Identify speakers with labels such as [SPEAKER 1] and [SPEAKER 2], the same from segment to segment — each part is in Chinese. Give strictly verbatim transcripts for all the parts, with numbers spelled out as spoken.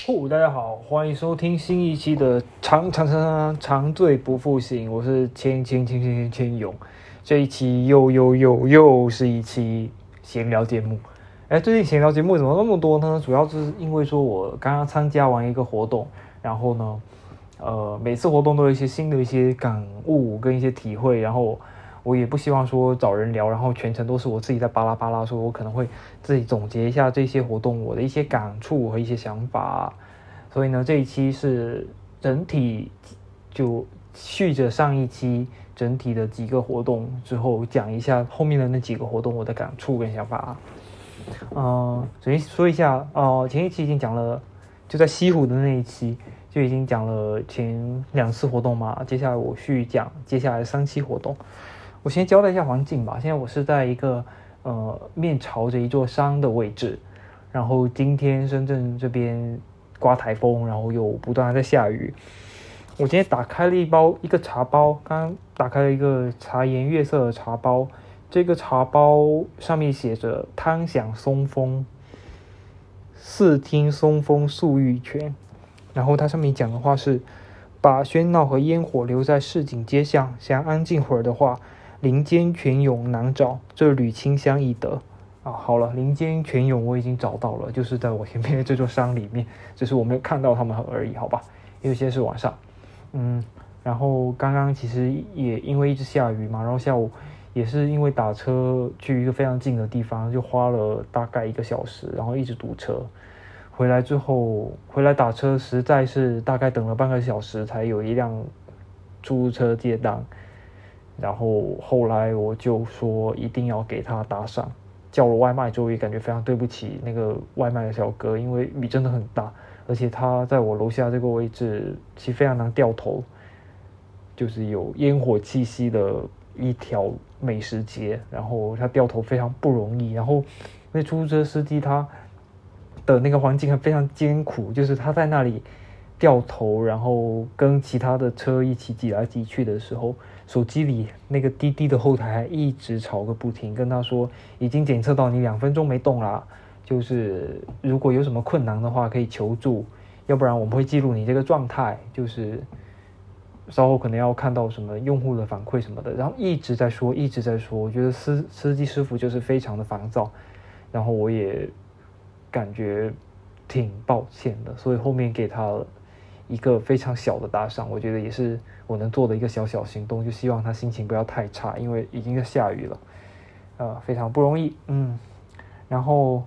[SPEAKER 1] 呼，大家好，欢迎收听新一期的长长长长醉不复醒，我是千千千千千千勇。这一期又又又又是一期闲聊节目。哎，最近闲聊节目怎么那么多呢？主要就是因为说我刚刚参加完一个活动，然后呢，呃，每次活动都有一些新的一些感悟跟一些体会，然后我也不希望说找人聊，然后全程都是我自己在巴拉巴拉说，我可能会自己总结一下这些活动我的一些感触和一些想法。所以呢，这一期是整体就续着上一期整体的几个活动之后，讲一下后面的那几个活动我的感触跟想法。嗯、呃，首先说一下，呃，前一期已经讲了，就在西湖的那一期就已经讲了前两次活动嘛，接下来我续讲接下来三期活动。我先交代一下环境吧。现在我是在一个呃面朝着一座山的位置，然后今天深圳这边刮台风，然后又不断的在下雨。我今天打开了一包一个茶包，刚刚打开了一个茶颜悦色的茶包，这个茶包上面写着汤享松风，四听松风漱玉泉，然后它上面讲的话是：把喧闹和烟火留在市井街巷，想安静会儿的话，林间泉涌难找，这缕清香易得。啊，好了，林间泉涌我已经找到了，就是在我前面的这座山里面，只是我没有看到他们而已，好吧？因为现在是晚上，嗯，然后刚刚其实也因为一直下雨嘛，然后下午也是因为打车去一个非常近的地方，就花了大概一个小时，然后一直堵车。回来之后，回来打车实在是大概等了半个小时才有一辆出租车接单，然后后来我就说一定要给他打赏。叫了外卖之后也感觉非常对不起那个外卖的小哥，因为雨真的很大，而且他在我楼下这个位置其实非常难掉头，就是有烟火气息的一条美食街，然后他掉头非常不容易。然后那出租车司机他的那个环境还非常艰苦，就是他在那里掉头，然后跟其他的车一起挤来挤去的时候，手机里那个滴滴的后台还一直吵个不停，跟他说已经检测到你两分钟没动啦，就是如果有什么困难的话可以求助，要不然我们会记录你这个状态，就是稍后可能要看到什么用户的反馈什么的，然后一直在说一直在说，我觉得司司机师傅就是非常的烦躁，然后我也感觉挺抱歉的，所以后面给他了一个非常小的打赏，我觉得也是我能做的一个小小行动，就希望他心情不要太差，因为已经在下雨了，呃，非常不容易，嗯，然后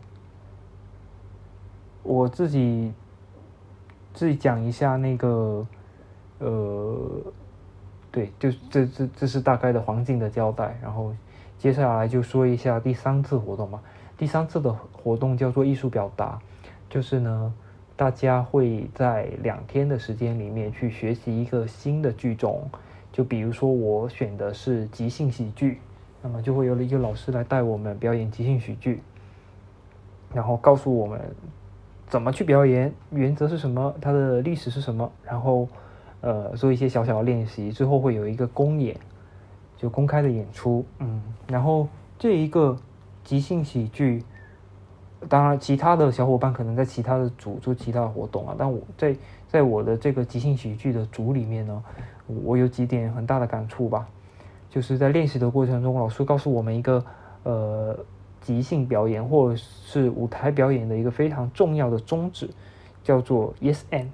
[SPEAKER 1] 我自己自己讲一下那个，呃，对，就这这这是大概的环境的交代，然后接下来就说一下第三次活动吧。第三次的活动叫做艺术表达，就是呢，大家会在两天的时间里面去学习一个新的剧种，就比如说我选的是即兴喜剧，那么就会有一个老师来带我们表演即兴喜剧，然后告诉我们怎么去表演，原则是什么，它的历史是什么，然后呃做一些小小的练习，之后会有一个公演，就公开的演出，嗯，然后这一个即兴喜剧，当然其他的小伙伴可能在其他的组做其他的活动啊，但我在在我的这个即兴喜剧的组里面呢，我有几点很大的感触吧，就是在练习的过程中，老师告诉我们一个呃即兴表演或者是舞台表演的一个非常重要的宗旨，叫做 yes and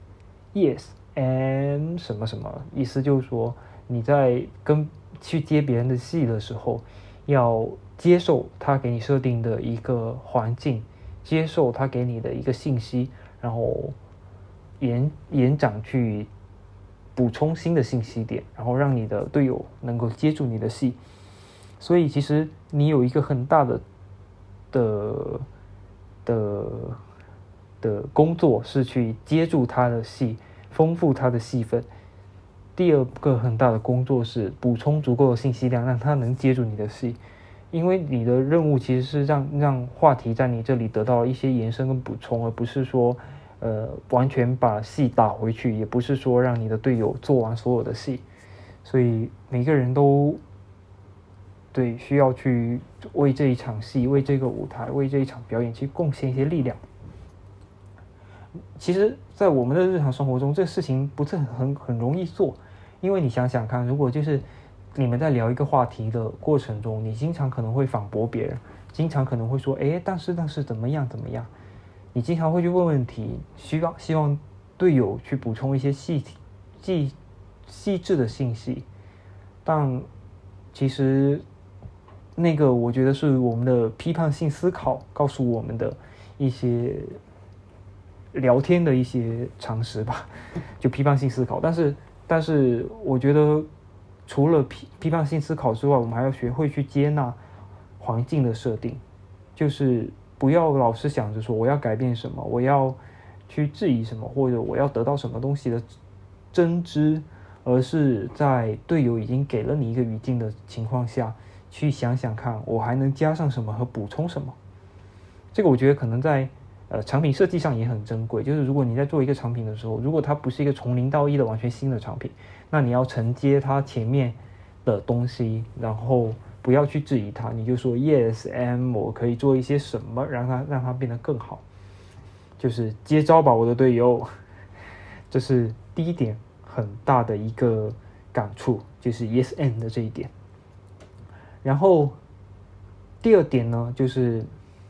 [SPEAKER 1] yes and 什么什么，意思就是说你在跟去接别人的戏的时候，要接受他给你设定的一个环境，接受他给你的一个信息，然后延延展去补充新的信息点，然后让你的队友能够接住你的戏。所以其实你有一个很大的的的的工作是去接住他的戏，丰富他的戏份。第二个很大的工作是补充足够的信息量，让他能接住你的戏。因为你的任务其实是让让话题在你这里得到一些延伸跟补充，而不是说呃完全把戏打回去，也不是说让你的队友做完所有的戏。所以每个人都对需要去为这一场戏、为这个舞台、为这一场表演去贡献一些力量。 其实，在我们的日常生活中，这个事情不是很很很容易做，因为你想想看，如果就是你们在聊一个话题的过程中，你经常可能会反驳别人，经常可能会说，哎，但是但是怎么样怎么样，你经常会去问问题，希望希望队友去补充一些细细细致的信息，但其实那个我觉得是我们的批判性思考告诉我们的一些聊天的一些常识吧，就批判性思考。但是，但是我觉得除了批批判性思考之外，我们还要学会去接纳环境的设定，就是不要老是想着说我要改变什么，我要去质疑什么，或者我要得到什么东西的真知，而是在队友已经给了你一个语境的情况下，去想想看我还能加上什么和补充什么。这个我觉得可能在呃，产品设计上也很珍贵，就是如果你在做一个产品的时候，如果它不是一个从零到一的完全新的产品，那你要承接它前面的东西，然后不要去质疑它，你就说 yes and 我可以做一些什么，让它让它变得更好，就是接招吧，我的队友。这是第一点很大的一个感触，就是 yes and 的这一点。然后第二点呢，就是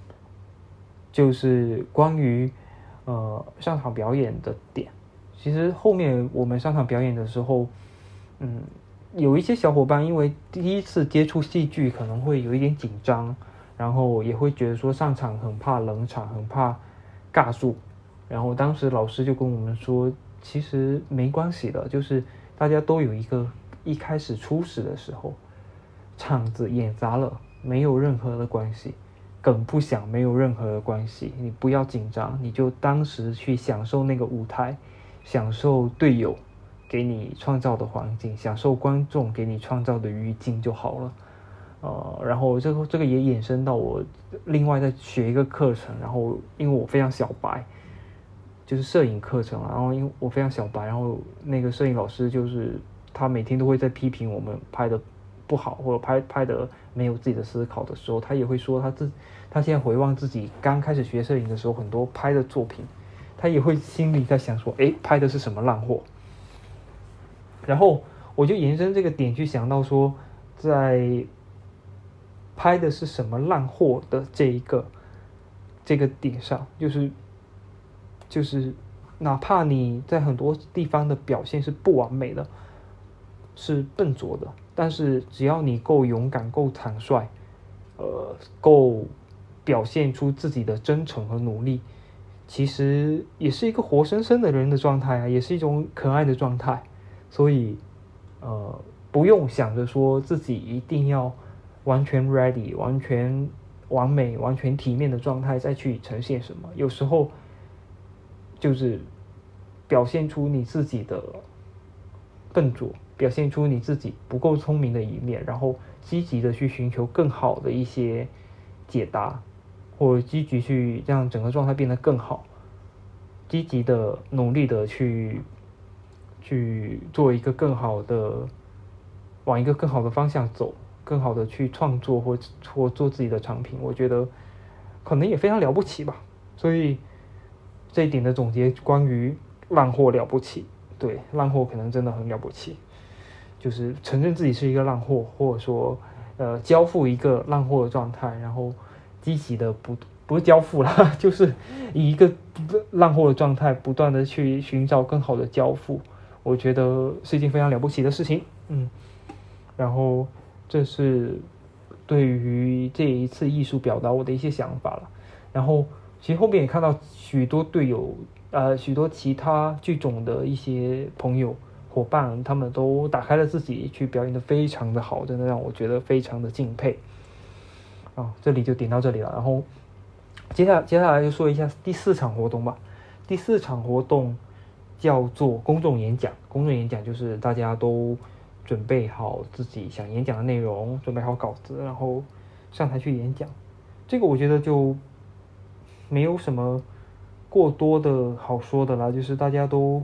[SPEAKER 1] 就是关于呃上场表演的点。其实后面我们上场表演的时候，嗯，有一些小伙伴因为第一次接触戏剧，可能会有一点紧张，然后也会觉得说上场很怕冷场，很怕尬住。然后当时老师就跟我们说，其实没关系的，就是大家都有一个一开始初始的时候，场子演砸了没有任何的关系，梗不响没有任何的关系，你不要紧张，你就当时去享受那个舞台，享受队友给你创造的环境，享受观众给你创造的语境就好了。呃，然后这个这个也衍生到我另外在学一个课程，然后因为我非常小白，就是摄影课程，然后因为我非常小白，然后那个摄影老师就是他每天都会在批评我们拍的不好，或者拍拍的没有自己的思考的时候，他也会说他自他现在回望自己刚开始学摄影的时候，很多拍的作品，他也会心里在想说，诶，拍的是什么烂货。然后我就延伸这个点去想到说，在拍的是什么烂货的这一个这个点上，就是就是哪怕你在很多地方的表现是不完美的，是笨拙的，但是只要你够勇敢、够坦率，呃，够表现出自己的真诚和努力，其实也是一个活生生的人的状态啊，也是一种可爱的状态。所以，呃，不用想着说自己一定要完全 ready、完全完美、完全体面的状态再去呈现什么。有时候就是表现出你自己的笨拙，表现出你自己不够聪明的一面，然后积极的去寻求更好的一些解答，或者积极去让整个状态变得更好，积极的努力的去去做一个更好的，往一个更好的方向走，更好的去创作或或做自己的产品，我觉得可能也非常了不起吧。所以这一点的总结，关于烂货了不起，对，烂货可能真的很了不起，就是承认自己是一个烂货，或者说呃交付一个烂货的状态，然后积极的不不是交付啦，就是以一个烂货的状态不断的去寻找更好的交付，我觉得是一件非常了不起的事情。嗯，然后这是对于这一次艺术表达我的一些想法了。然后其实后面也看到许多队友，呃，许多其他剧种的一些朋友伙伴，他们都打开了自己去表演的非常的好，真的让我觉得非常的敬佩。啊，这里就点到这里了。然后接下接下来就说一下第四场活动吧。第四场活动叫做公众演讲。公众演讲就是大家都准备好自己想演讲的内容，准备好稿子，然后上台去演讲。这个我觉得就没有什么过多的好说的啦，就是大家都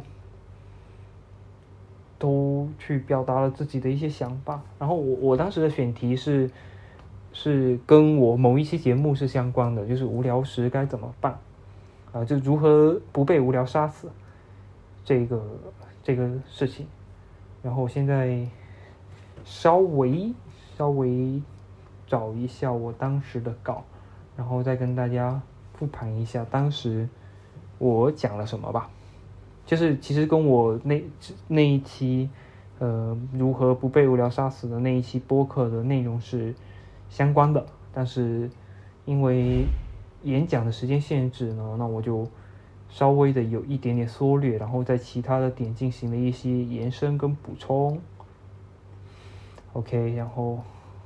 [SPEAKER 1] 都去表达了自己的一些想法。然后我我当时的选题是是跟我某一期节目是相关的，就是无聊时该怎么办。 啊，就如何不被无聊杀死这个这个事情。然后现在稍微稍微找一下我当时的稿，然后再跟大家复盘一下当时我讲了什么吧。就是其实跟我那那一期呃如何不被无聊杀死的那一期播客的内容是相关的，但是因为演讲的时间限制呢，那我就稍微的有一点点缩略，然后在其他的点进行了一些延伸跟补充。OK， 然后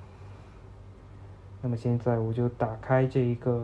[SPEAKER 1] 那么现在我就打开这一个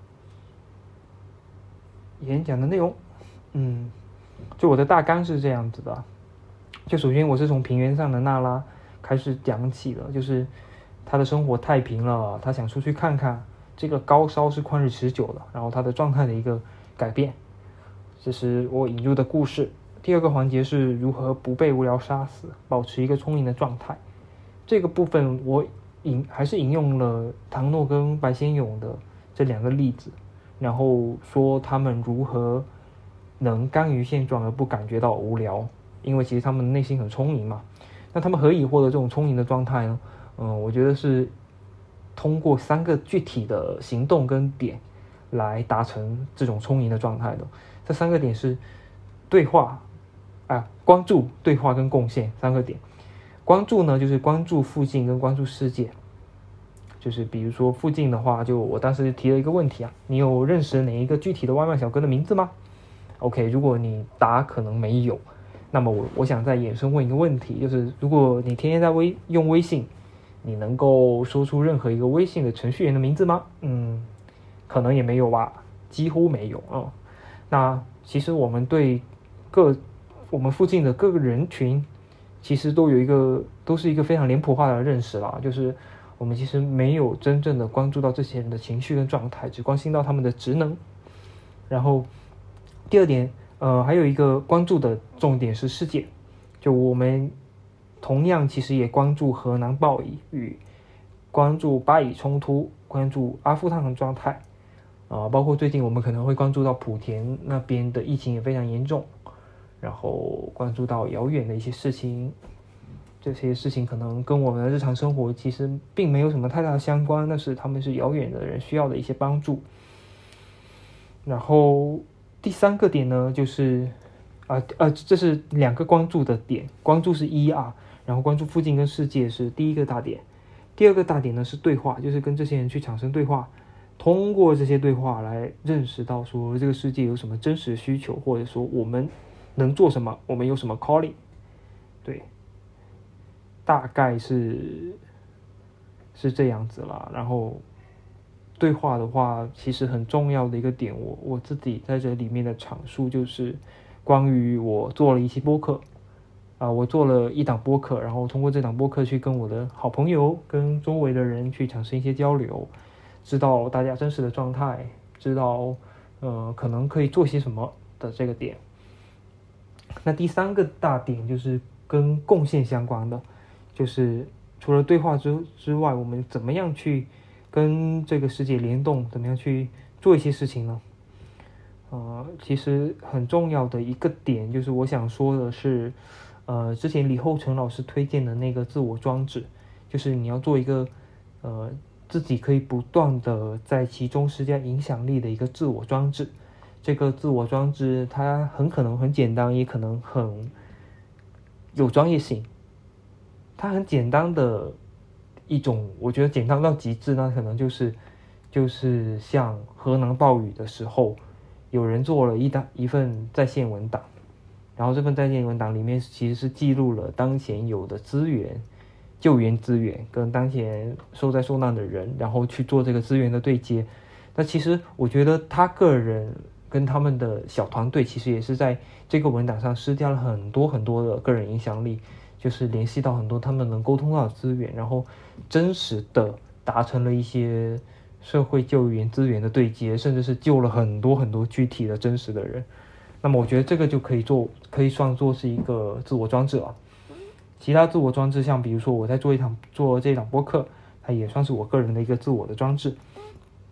[SPEAKER 1] 演讲的内容。嗯，就我的大纲是这样子的，就首先我是从平原上的娜拉开始讲起的，就是他的生活太平了，他想出去看看这个高烧是旷日持久的，然后他的状态的一个改变，这是我引入的故事。第二个环节是如何不被无聊杀死，保持一个充盈的状态。这个部分我引还是引用了唐诺跟白先勇的这两个例子，然后说他们如何能甘于现状而不感觉到无聊，因为其实他们内心很充盈嘛。那他们何以获得这种充盈的状态呢？嗯，我觉得是通过三个具体的行动跟点来达成这种充盈的状态的。这三个点是对话啊、关注、对话跟贡献三个点。关注呢，就是关注附近跟关注世界。就是比如说附近的话，就我当时提了一个问题啊，你有认识哪一个具体的外卖小哥的名字吗？ OK， 如果你答可能没有，那么我我想再衍生问一个问题，就是如果你天天在微用微信，你能够说出任何一个微信的程序员的名字吗？嗯，可能也没有吧，几乎没有啊、嗯。那其实我们对各我们附近的各个人群，其实都有一个都是一个非常脸谱化的认识啦，就是我们其实没有真正的关注到这些人的情绪跟状态，只关心到他们的职能。然后第二点，呃，还有一个关注的重点是世界，就我们同样其实也关注河南暴雨，关注巴以冲突，关注阿富汗的状态，啊、呃，包括最近我们可能会关注到莆田那边的疫情也非常严重，然后关注到遥远的一些事情，这些事情可能跟我们的日常生活其实并没有什么太大的相关，但是他们是遥远的人需要的一些帮助。然后第三个点呢，就是啊呃，这是两个关注的点，关注是一啊，然后关注附近跟世界是第一个大点，第二个大点呢是对话，就是跟这些人去产生对话，通过这些对话来认识到说这个世界有什么真实的需求，或者说我们能做什么，我们有什么 calling， 对，大概是是这样子啦。然后对话的话，其实很重要的一个点，我我自己在这里面的阐述就是关于我做了一期播客啊、呃，我做了一档播客，然后通过这档播客去跟我的好朋友、跟周围的人去产生一些交流，知道大家真实的状态，知道呃可能可以做些什么的这个点。那第三个大点就是跟贡献相关的，就是除了对话之之外，我们怎么样去跟这个世界联动，怎么样去做一些事情呢？呃，其实很重要的一个点就是我想说的是，呃，之前李厚成老师推荐的那个自我装置，就是你要做一个呃自己可以不断的在其中施加影响力的一个自我装置。这个自我装置它很可能很简单，也可能很有专业性。它很简单的一种，我觉得简单到极致呢，可能就是就是像河南暴雨的时候，有人做了一档一份在线文档，然后这份在线文档里面其实是记录了当前有的资源、救援资源跟当前受灾受难的人，然后去做这个资源的对接。那其实我觉得他个人跟他们的小团队其实也是在这个文档上施加了很多很多的个人影响力，就是联系到很多他们能沟通到的资源，然后真实的达成了一些社会救援资源的对接，甚至是救了很多很多具体的真实的人。那么我觉得这个就可以做，可以算作是一个自我装置了。其他自我装置，像比如说我在做一场做这一档播客，它也算是我个人的一个自我的装置。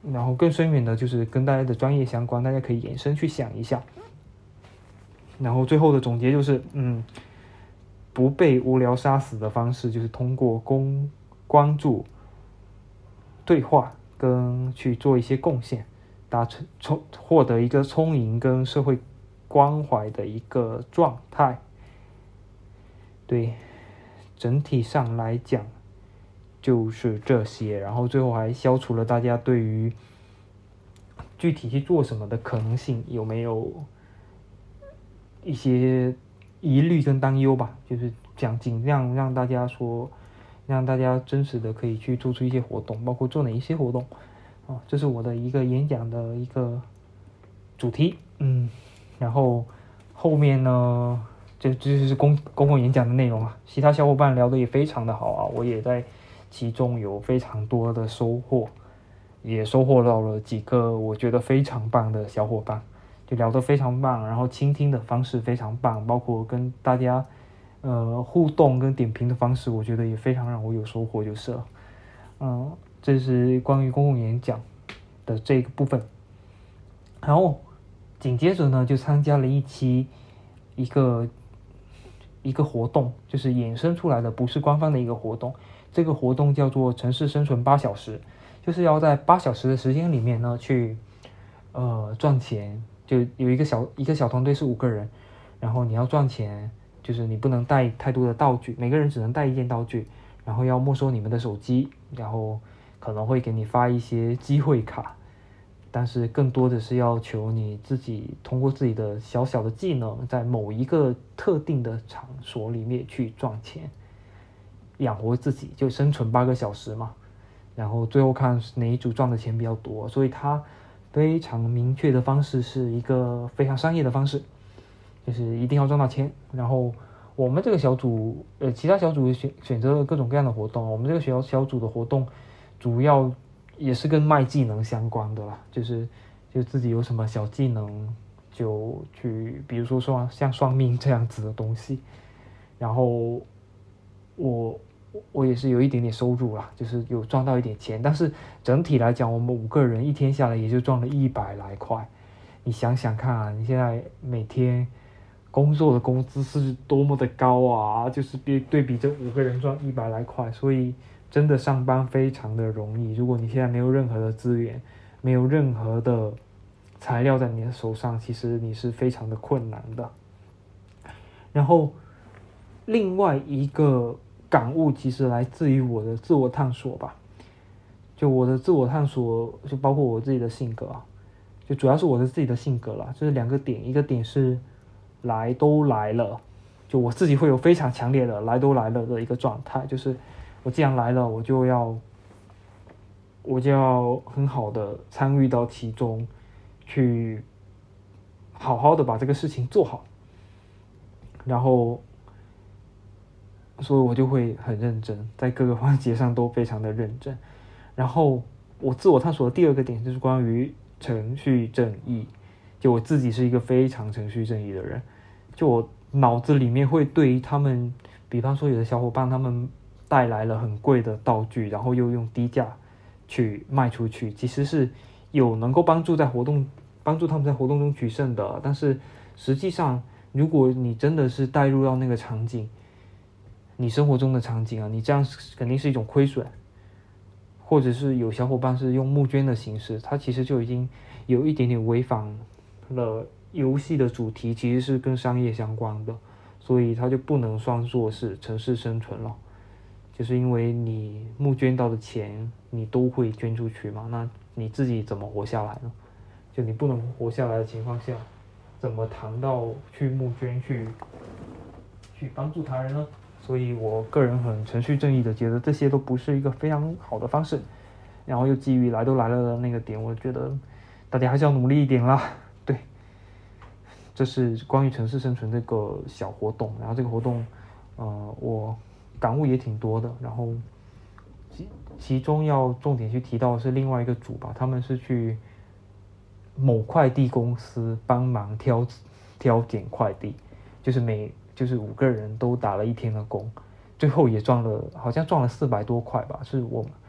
[SPEAKER 1] 然后更深远的就是跟大家的专业相关，大家可以延伸去想一下。然后最后的总结就是，嗯，不被无聊杀死的方式就是通过公关注、对话跟去做一些贡献，达成充获得一个充盈跟社会关怀的一个状态。对，整体上来讲就是这些，然后最后还消除了大家对于具体去做什么的可能性有没有一些疑虑跟担忧吧，就是讲尽量让大家说，让大家真实的可以去做出一些活动，包括做哪一些活动啊，这是我的一个演讲的一个主题。嗯，然后后面呢，这这就是公公共演讲的内容啊，其他小伙伴聊得也非常的好啊，我也在其中有非常多的收获，也收获到了几个我觉得非常棒的小伙伴，就聊得非常棒，然后倾听的方式非常棒，包括跟大家呃互动跟点评的方式，我觉得也非常让我有收获就是了。嗯，这是关于公共演讲的这个部分。然后紧接着呢，就参加了一期一个一个活动，就是衍生出来的，不是官方的一个活动。这个活动叫做城市生存八小时，就是要在八小时的时间里面呢，去呃赚钱。就有一个小一个小团队是五个人，然后你要赚钱，就是你不能带太多的道具，每个人只能带一件道具，然后要没收你们的手机，然后可能会给你发一些机会卡。但是更多的是要求你自己通过自己的小小的技能，在某一个特定的场所里面去赚钱，养活自己，就生存八个小时嘛。然后最后看哪一组赚的钱比较多，所以它非常明确的方式是一个非常商业的方式，就是一定要赚到钱。然后我们这个小组，呃，其他小组选选择了各种各样的活动，我们这个小小组的活动主要也是跟卖技能相关的啦，就是就自己有什么小技能就去，比如说说像算命这样子的东西。然后我我也是有一点点收入啦，就是有赚到一点钱，但是整体来讲，我们五个人一天下来也就赚了一百来块。你想想看啊，你现在每天工作的工资是多么的高啊，就是对对比这五个人赚一百来块，所以真的上班非常的容易。如果你现在没有任何的资源，没有任何的材料在你的手上，其实你是非常的困难的。然后另外一个感悟其实来自于我的自我探索吧，就我的自我探索就包括我自己的性格啊，就主要是我的自己的性格啦，就是两个点，一个点是来都来了，就我自己会有非常强烈的来都来了的一个状态，就是我既然来了，我就要我就要很好的参与到其中，去好好的把这个事情做好，然后所以我就会很认真，在各个环节上都非常的认真。然后我自我探索的第二个点就是关于程序正义，就我自己是一个非常程序正义的人，就我脑子里面会对于他们，比方说有的小伙伴他们带来了很贵的道具，然后又用低价去卖出去，其实是有能够帮助在活动帮助他们在活动中取胜的，但是实际上如果你真的是带入到那个场景，你生活中的场景啊，你这样肯定是一种亏损。或者是有小伙伴是用募捐的形式，它其实就已经有一点点违反了游戏的主题，其实是跟商业相关的，所以它就不能算作是城市生存了。就是因为你募捐到的钱你都会捐出去嘛，那你自己怎么活下来呢？就你不能活下来的情况下，怎么谈到去募捐去去帮助他人呢？所以我个人很程序正义的觉得这些都不是一个非常好的方式，然后又基于来都来了的那个点，我觉得大家还是要努力一点啦。对，这是关于城市生存这个小活动，然后这个活动呃我感悟也挺多的，然后其其中要重点去提到的是另外一个组吧，他们是去某快递公司帮忙挑挑拣快递，就是每就是五个人都打了一天的工，最后也赚了好像赚了四百多块吧，是我们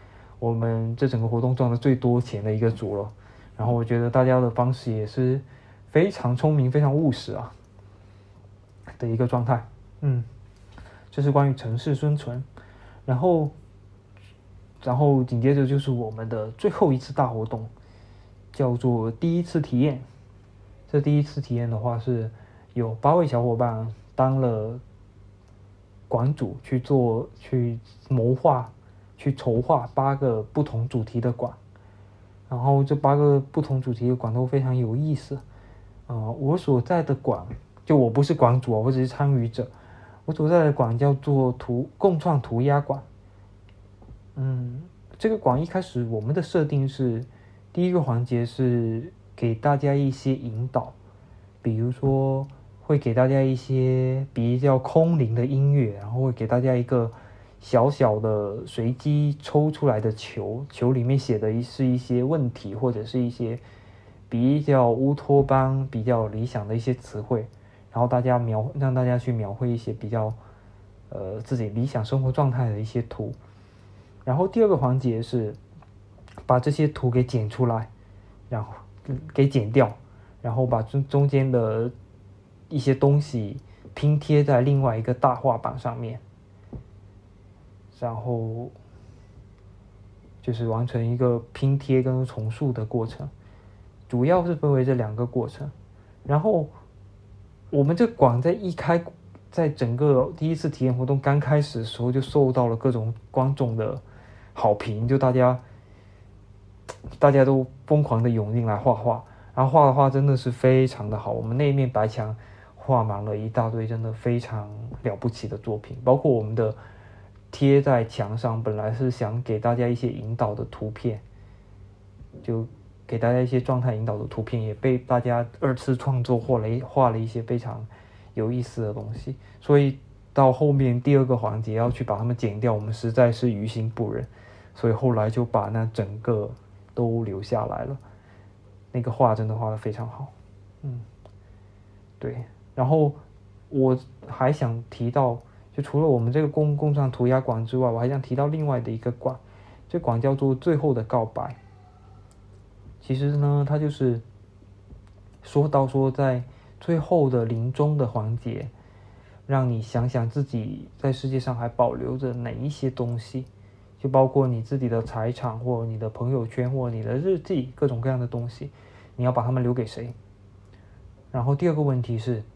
[SPEAKER 1] 我们这整个活动赚的最多钱的一个组了。然后我觉得大家的方式也是非常聪明、非常务实啊的一个状态。嗯，这是关于城市生存。然后，然后紧接着就是我们的最后一次大活动，叫做第一次体验。这第一次体验的话是有八位小伙伴当了馆主去做、去谋划、去筹划八个不同主题的馆。然后这八个不同主题的馆都非常有意思。呃，我所在的馆，就我不是馆主，我只是参与者。我所在的馆叫做涂共创涂鸦馆。嗯，这个馆一开始我们的设定是，第一个环节是给大家一些引导，比如说会给大家一些比较空灵的音乐，然后会给大家一个小小的随机抽出来的球，球里面写的是一些问题，或者是一些比较乌托邦、比较理想的一些词汇，然后大家描让大家去描绘一些比较呃自己理想生活状态的一些图。然后第二个环节是把这些图给剪出来，然后给剪掉，然后把中中间的一些东西拼贴在另外一个大画板上面，然后就是完成一个拼贴跟重塑的过程，主要是分为这两个过程。然后我们这馆在一开，在整个第一次体验活动刚开始的时候就受到了各种观众的好评，就大家大家都疯狂的涌进来画画，然后画的画真的是非常的好。我们那一面白墙画满了一大堆真的非常了不起的作品，包括我们的贴在墙上，本来是想给大家一些引导的图片，就给大家一些状态引导的图片，也被大家二次创作画了画了一些非常有意思的东西。所以到后面第二个环节要去把它们剪掉，我们实在是于心不忍，所以后来就把那整个都留下来了。那个画真的画得非常好。嗯，对。然后我还想提到，就除了我们这个共共创涂鸦馆之外，我还想提到另外的一个馆，这馆叫做最后的告白。其实呢，它就是说到说在最后的临终的环节，让你想想自己在世界上还保留着哪一些东西，就包括你自己的财产，或你的朋友圈，或你的日记，各种各样的东西，你要把它们留给谁？然后第二个问题是，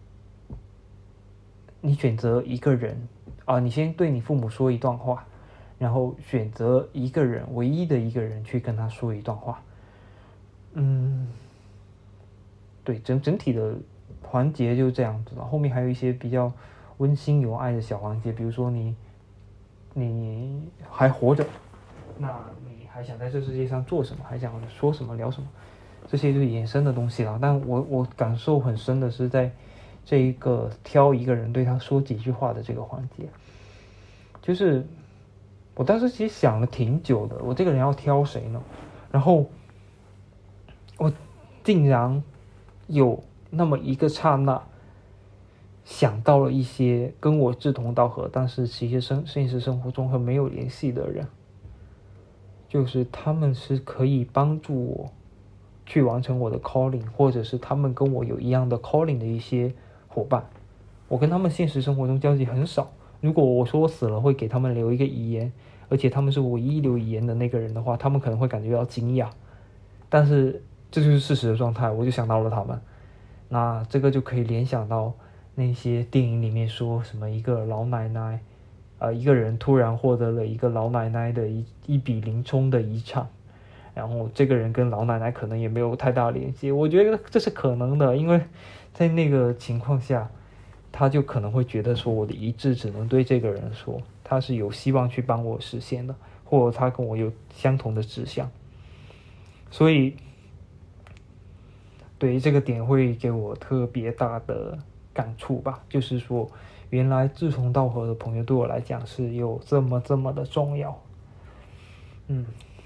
[SPEAKER 1] 你选择一个人啊，你先对你父母说一段话，然后选择一个人，唯一的一个人去跟他说一段话。嗯，对，整整体的环节就这样子了。后面还有一些比较温馨有爱的小环节，比如说你你还活着，那你还想在这世界上做什么，还想说什么聊什么，这些就是衍生的东西啦。但我我感受很深的是在这一个挑一个人对他说几句话的这个环节，就是我当时其实想了挺久的，我这个人要挑谁呢？然后我竟然有那么一个刹那想到了一些跟我志同道合，但是其实生现实生活中很没有联系的人，就是他们是可以帮助我去完成我的 calling， 或者是他们跟我有一样的 calling 的一些伙伴。我跟他们现实生活中交集很少，如果我说我死了会给他们留一个遗言，而且他们是唯一留遗言的那个人的话，他们可能会感觉到惊讶，但是这就是事实的状态，我就想到了他们。那这个就可以联想到那些电影里面说什么一个老奶奶呃，一个人突然获得了一个老奶奶的一一笔临终的遗产，然后这个人跟老奶奶可能也没有太大联系。我觉得这是可能的，因为在那个情况下他就可能会觉得说我的遗志只能对这个人说，他是有希望去帮我实现的，或者他跟我有相同的志向。所以对这个点会给我特别大的感触吧，就是说原来志同道合的朋友对我来讲是有这么这么的重要。嗯，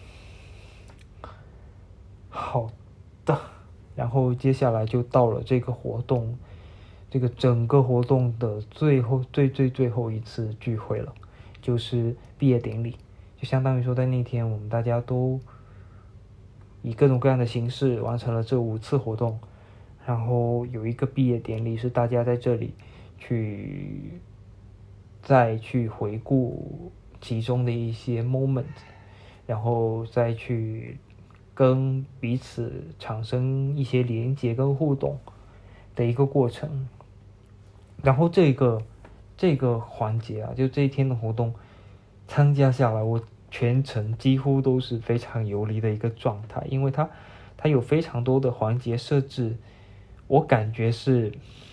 [SPEAKER 1] 好的，然后接下来就到了这个活动这个整个活动的最后最最最后一次聚会了，就是毕业典礼。 就相当于说在那天我们大家都以各种各样的形式完成了这五次活动，然后有一个毕业典礼是大家在这里去再去回顾其中的一些 moment， 然后再去跟彼此产生一些连结跟互动的一个过程。然后这个这个环节啊，就这一天的活动参加下来，我全程几乎都是非常游离的一个状态，因为它它有非常多的环节设置，我感觉是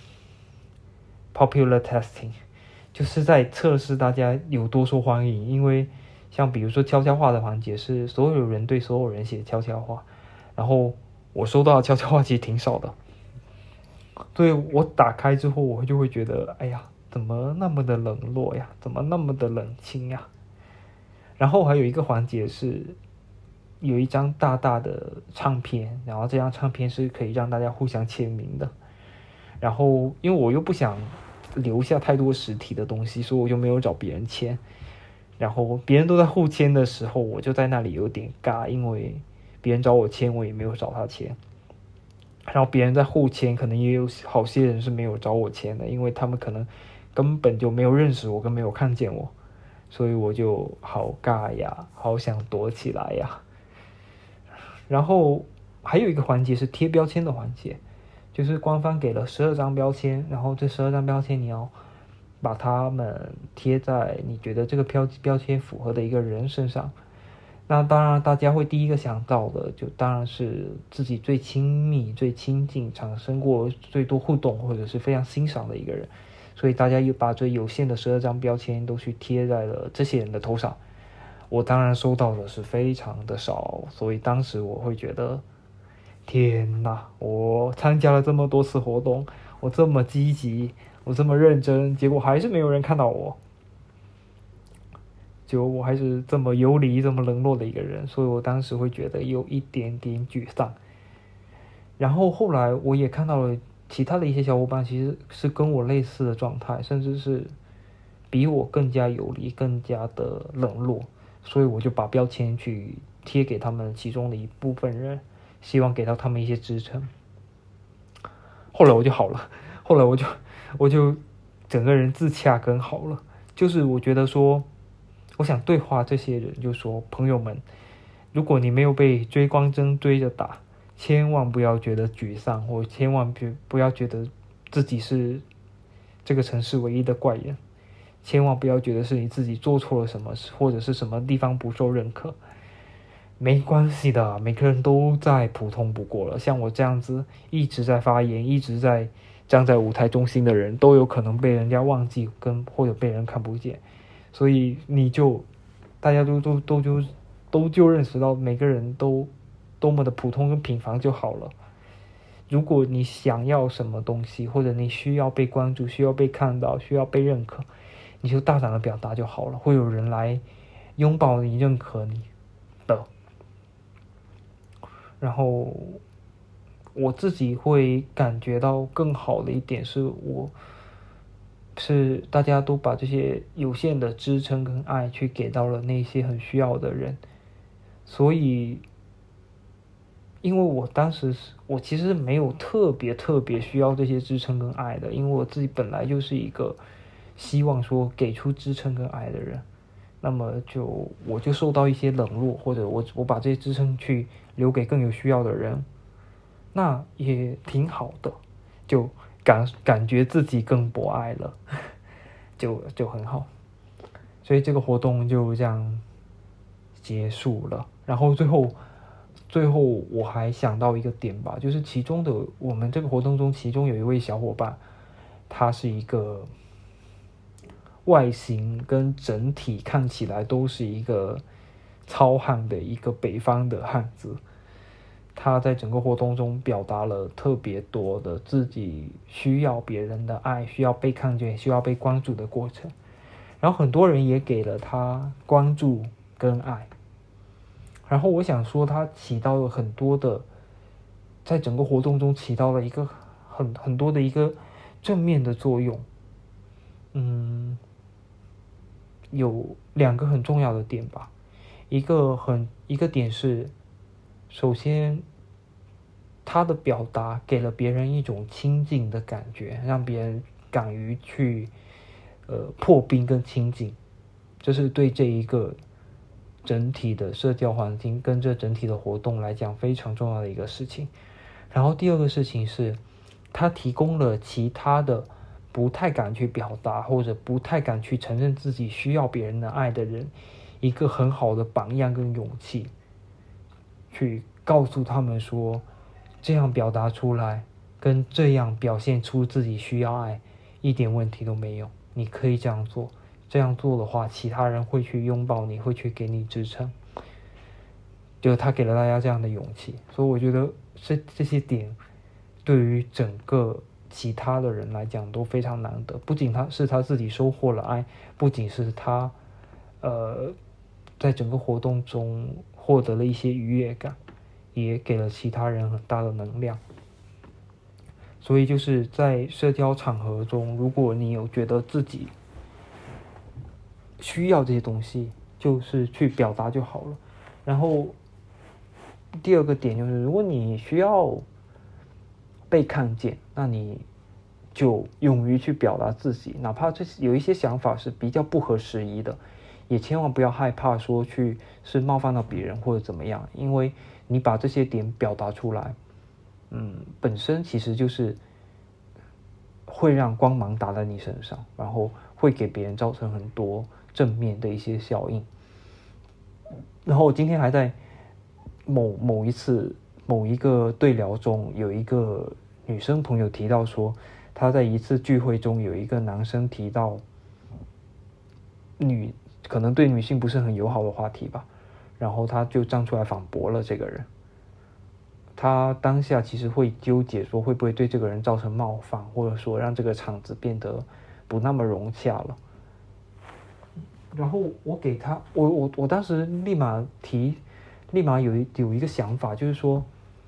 [SPEAKER 1] popular testing， 就是在测试大家有多受欢迎。因为像比如说悄悄话的环节是所有人对所有人写悄悄话，然后我收到的悄悄话其实挺少的，所以我打开之后我就会觉得，哎呀，怎么那么的冷落呀，怎么那么的冷清呀。然后还有一个环节是有一张大大的唱片，然后这张唱片是可以让大家互相签名的。然后因为我又不想留下太多实体的东西，所以我就没有找别人签。然后别人都在互签的时候，我就在那里有点尬，因为别人找我签，我也没有找他签。然后别人在互签，可能也有好些人是没有找我签的，因为他们可能根本就没有认识我，跟没有看见我，所以我就好尬呀，好想躲起来呀。然后还有一个环节是贴标签的环节，就是官方给了十二张标签，然后这十二张标签你要把它们贴在你觉得这个标标签符合的一个人身上。那当然大家会第一个想到的就当然是自己最亲密最亲近产生过最多互动或者是非常欣赏的一个人，所以大家又把最有限的十二张标签都去贴在了这些人的头上。我当然收到的是非常的少，所以当时我会觉得天哪，我参加了这么多次活动，我这么积极，我这么认真，结果还是没有人看到我，就我还是这么游离这么冷落的一个人，所以我当时会觉得有一点点沮丧。然后后来我也看到了其他的一些小伙伴其实是跟我类似的状态，甚至是比我更加游离更加的冷落，所以我就把标签去贴给他们其中的一部分人，希望给到他们一些支撑。后来我就好了，后来我就我就整个人自洽更好了。就是我觉得说我想对话这些人，就说朋友们，如果你没有被追光针追着打，千万不要觉得沮丧，或千万不要觉得自己是这个城市唯一的怪人，千万不要觉得是你自己做错了什么，或者是什么地方不受认可。没关系的，每个人都再普通不过了。像我这样子一直在发言，一直在站在舞台中心的人，都有可能被人家忘记跟或者被人看不见。所以你就大家都都都就都就认识到每个人都多么的普通跟平凡就好了。如果你想要什么东西，或者你需要被关注，需要被看到，需要被认可，你就大胆的表达就好了，会有人来拥抱你，认可你的。然后我自己会感觉到更好的一点是，我是大家都把这些有限的支撑跟爱去给到了那些很需要的人。所以因为我当时我其实没有特别特别需要这些支撑跟爱的，因为我自己本来就是一个希望说给出支撑跟爱的人，那么就我就受到一些冷落，或者我我把这些支撑去留给更有需要的人，那也挺好的，就感感觉自己更博爱了，就就很好。所以这个活动就这样结束了。然后最后最后我还想到一个点吧，就是其中的我们这个活动中，其中有一位小伙伴，他是一个外形跟整体看起来都是一个糙汉的一个北方的汉子。他在整个活动中表达了特别多的自己需要别人的爱，需要被看见，需要被关注的过程。然后很多人也给了他关注跟爱。然后我想说他起到了很多的，在整个活动中起到了一个很很多的一个正面的作用。嗯，有两个很重要的点吧。 一个很一个点是，首先他的表达给了别人一种亲近的感觉，让别人敢于去呃破冰跟亲近，这是对这一个整体的社交环境跟这整体的活动来讲非常重要的一个事情。然后第二个事情是，他提供了其他的不太敢去表达或者不太敢去承认自己需要别人的爱的人一个很好的榜样跟勇气，去告诉他们说，这样表达出来跟这样表现出自己需要爱一点问题都没有，你可以这样做，这样做的话其他人会去拥抱你，会去给你支撑，就他给了大家这样的勇气。所以我觉得这这些点对于整个其他的人来讲都非常难得，不仅他是他自己收获了爱，不仅是他呃在整个活动中获得了一些愉悦感，也给了其他人很大的能量。所以就是在社交场合中，如果你有觉得自己需要这些东西，就是去表达就好了。然后第二个点就是，如果你需要被看见，那你就勇于去表达自己，哪怕这有一些想法是比较不合时宜的，也千万不要害怕说去是冒犯到别人或者怎么样，因为你把这些点表达出来，嗯，本身其实就是会让光芒打在你身上，然后会给别人造成很多正面的一些效应。然后我今天还在某某一次某一个对聊中，有一个女生朋友提到说，她在一次聚会中有一个男生提到女可能对女性不是很友好的话题吧，然后他就站出来反驳了这个人。他当下其实会纠结说会不会对这个人造成冒犯，或者说让这个场子变得不那么融洽了。然后我给他，我我我当时立马提，立马有一有一个想法，就是说，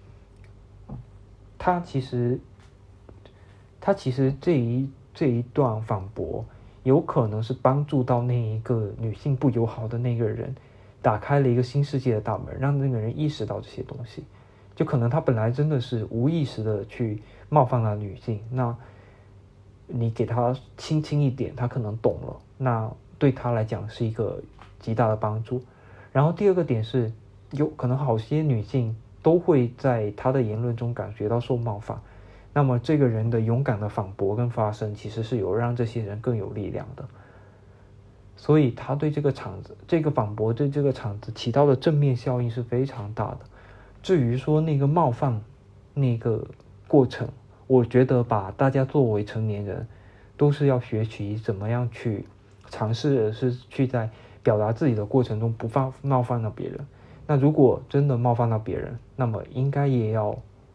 [SPEAKER 1] 他其实，他其实这一这一段反驳，有可能是帮助到那一个女性不友好的那个人，打开了一个新世界的大门，让那个人意识到这些东西。就可能他本来真的是无意识的去冒犯了女性，那你给他轻轻一点，他可能懂了，那对他来讲是一个极大的帮助。然后第二个点是，有可能好些女性都会在他的言论中感觉到受冒犯，那么这个人的勇敢的反驳跟发声，其实是有让这些人更有力量的。所以他对这个场子，这个反驳对这个场子起到的正面效应是非常大的。至于说那个冒犯那个过程，我觉得把大家作为成年人都是要学习怎么样去尝试的是去在表达自己的过程中不犯冒犯到别人。那如果真的冒犯到别人，那么应该也要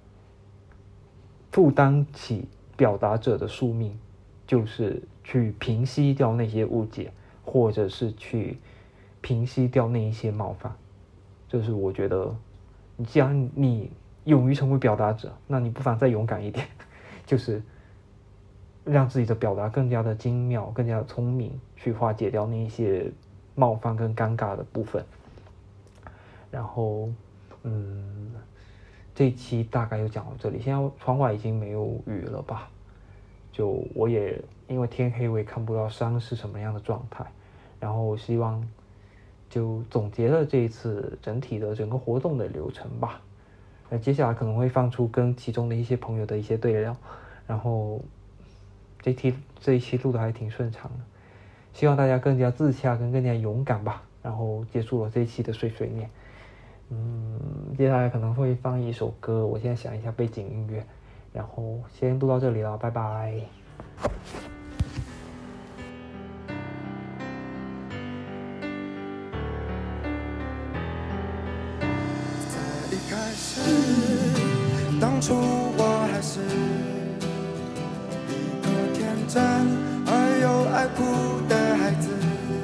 [SPEAKER 1] 负担起表达者的宿命，就是去平息掉那些误解，或者是去平息掉那一些冒犯。就是我觉得既然你勇于成为表达者，那你不妨再勇敢一点，就是让自己的表达更加的精妙，更加的聪明，去化解掉那一些冒犯跟尴尬的部分。然后嗯，这一期大概就讲到这里。现在窗外已经没有雨了吧，就我也因为天黑，我也看不到山是什么样的状态。然后我希望就总结了这一次整体的整个活动的流程吧。那接下来可能会放出跟其中的一些朋友的一些对聊，然后这一期这一期录的还挺顺畅的，希望大家更加自洽跟更加勇敢吧。然后结束了这一期的碎碎念。嗯，接下来可能会放一首歌，我现在想一下背景音乐，然后先录到这里了，拜拜。
[SPEAKER 2] 在一开始，当初我还是一个天真而又爱哭的孩子，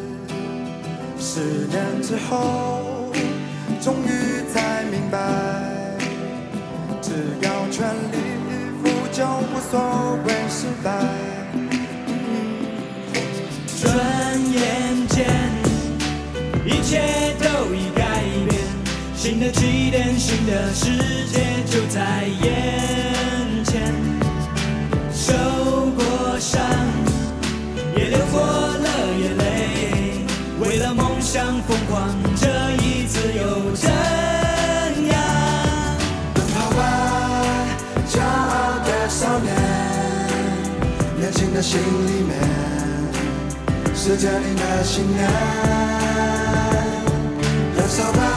[SPEAKER 2] 十年之后终于才明白，只要全力以赴就无所谓失败。转眼间一切都已改
[SPEAKER 3] 的起点，新的世界就在眼前。受过伤，也流过了眼泪，为了梦想疯狂，这一次又怎样？
[SPEAKER 2] 奔跑吧，骄傲的少年，年轻的心里面是坚定的信念。燃烧吧，